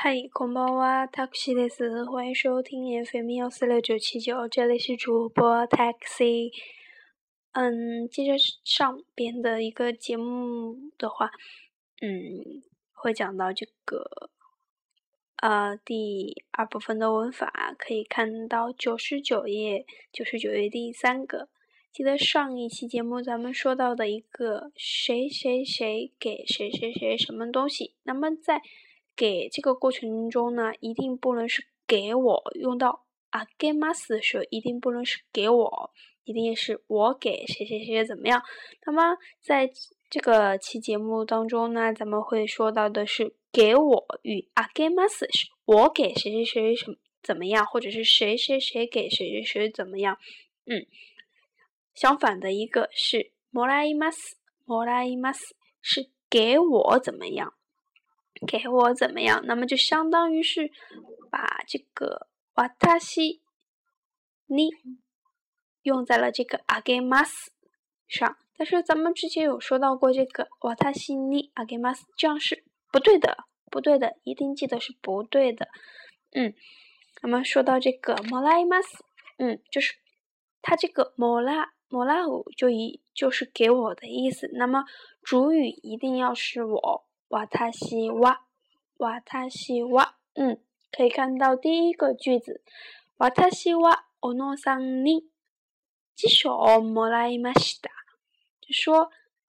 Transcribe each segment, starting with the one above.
嗨，こんばんは、Taxiです。欢迎收听 FM146.979，这里是主播 Taxi。接着上边的一个节目的话，会讲到这个第二部分的文法，可以看到99页第3个。记得上一期节目咱们说到的一个谁谁谁给谁谁谁什么东西，那么在给这个过程中呢，一定不能是给我，用到あげます的时候，一定不能是给我，一定是我给谁谁谁怎么样。那么在这个期节目当中呢，咱们会说到的是给我与あげます是我給谁谁谁怎么样，或者是谁谁谁给谁谁谁怎么样。相反的一个是もらいます，もらいます是给我怎么样，给我怎么样，那么就相当于是把这个私に用在了这个あげます上。但是咱们之前有说到过这个私にあげます，这样是不对的，不对的，一定记得是不对的。那么说到这个もらいます，就是它这个もらう就是给我的意思，那么主语一定要是我私は。可以看到第一个句子，私は小野さんに辞書をもらいました。就说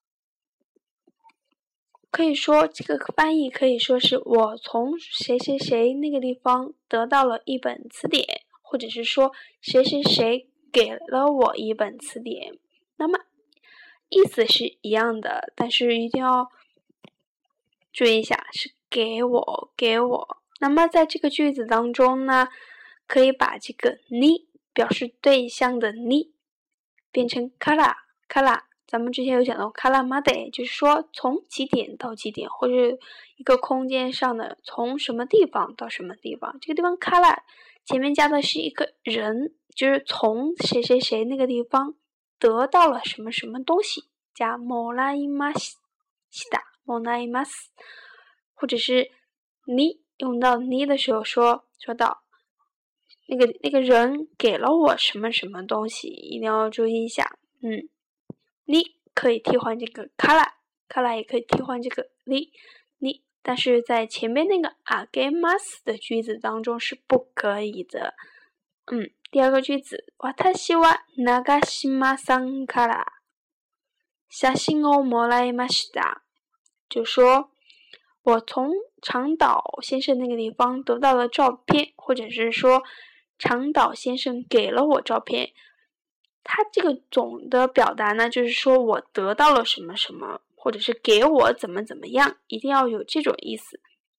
可以说这个翻译可以说是我从谁谁谁那个地方得到了一本词典，或者是说谁谁谁给了我一本词典。那么意思是一样的，但是一定要注意一下，是给我。那么在这个句子当中呢，可以把这个に表示对象的に变成から咱们之前有讲到からまで，就是说从几点到几点，或者一个空间上的从什么地方到什么地方。这个地方から前面加的是一个人，就是從谁谁谁那个地方得到了什么什么东西，加もらいましたもらいます。或者是你用到你的时候说到那个人给了我什么什么东西，一定要注意一下。你可以替换这个から也可以替換这个你，但是在前面那个あげます的句子当中是不可以的。第二个句子，私は長島さんから写真をもらいました。就说我从长岛先生那个地方得到了照片，或者是说长岛先生给了我照片。它这个总的表达呢，就是说我得到了什么什么，或者是给我怎么怎么样，一定要有这种意思。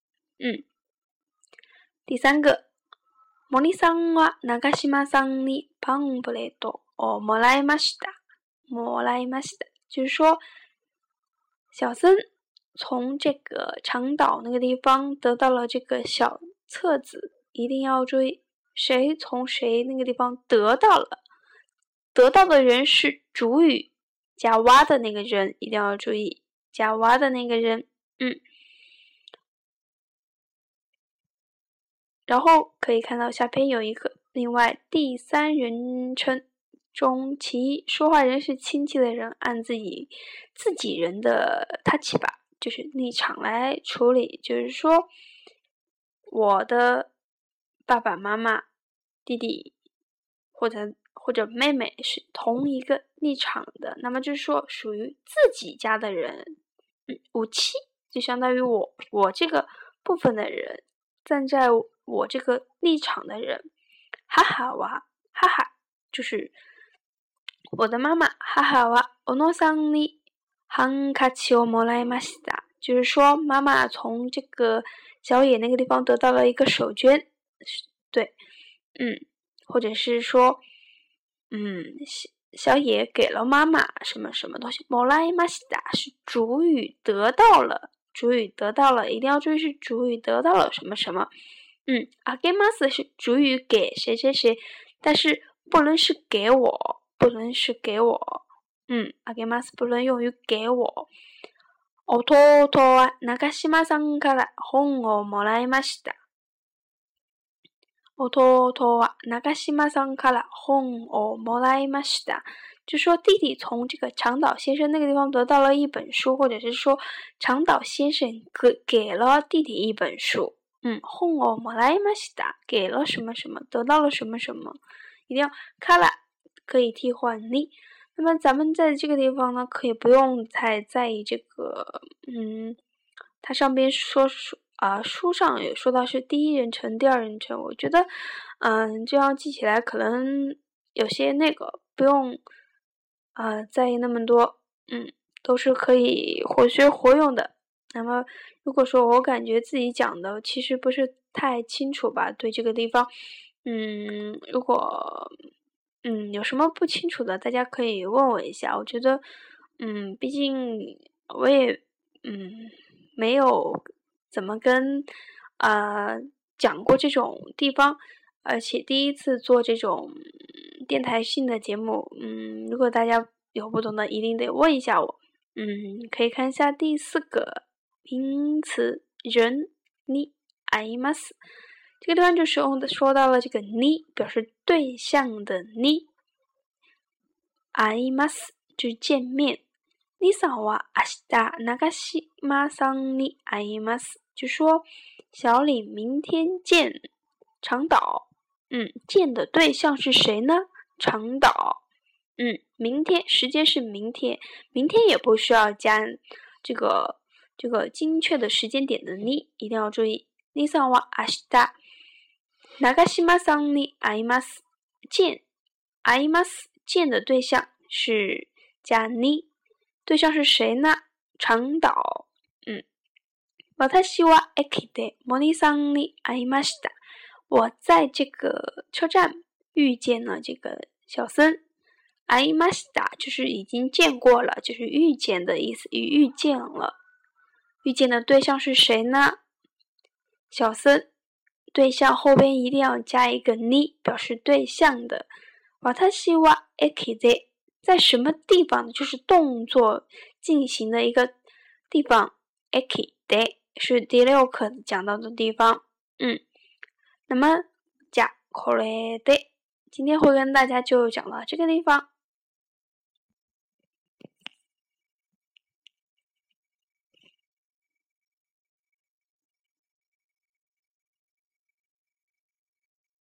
第三个，森さんは長島さんにパンフレットをもらいました。就是说小森从这个长岛那个地方得到了这个小册子，一定要注意谁从谁那个地方得到了，得到的人是主语加哇的那个人，一定要注意加哇的那个人。然后可以看到下篇有一个另外第三人称中其一，说话人是亲戚的人，按自己人的立場，就是立场来处理，就是说我的爸爸妈妈、弟弟或者妹妹是同一个立场的，那么就是说属于自己家的人。武器就相当于我这个部分的人，站在我这个立场的人。母は就是我的妈妈。母は小野さんにハンカチをもらいました。就是说妈妈从这个小野那个地方得到了一个手绢。对，或者是说小野给了妈妈什么什么东西。もらいました是主语得到了，一定要注意是主语得到了什么什么。あげます是主语给谁谁谁，但是不能是给我，あげます不能用于给我。弟は長島さんから本をもらいました。 弟は長島さんから本をもらいました。就说弟弟从这个长岛先生那个地方得到了一本书，或者是说长岛先生给了弟弟一本书。本をもらいました，给了什么什么，得到了什么什么，一定要から可以替换に。那么咱们在这个地方呢，可以不用太在意这个，它上边说书上有说到是第一人称、第二人称，我觉得，这样记起来可能有些那个不用，在意那么多，都是可以活学活用的。那么，如果说我感觉自己讲的其实不是太清楚吧，对这个地方，如果有什么不清楚的，大家可以问我一下。我觉得，毕竟我也没有怎么跟讲过这种地方，而且第一次做这种电台性的节目，如果大家有不懂的，一定得问一下我。可以看一下第4个名词人に会います。这个地方就是说到了这个に表示对象的に，会います就是见面。にさんは明日長島さんに会います，就说小李明天见长岛。见的对象是谁呢？长岛。明天时间是明天，明天也不需要加这个精确的时间点的に，一定要注意。にさんは明日長島さんに会います。见会います见的对象是加に，对象是谁呢？长岛。私は駅で森さんに会いました。我在这个车站遇见了这个小森。会いました就是已经见过了，就是遇见的意思，遇见了。遇見的对象是谁呢？小森。对象后边一定要加一个に，表示对象的。私は駅で在什么地方？就是动作进行的一个地方。駅で是第6课讲到的地方。那么じゃこれで今天会跟大家就讲到这个地方。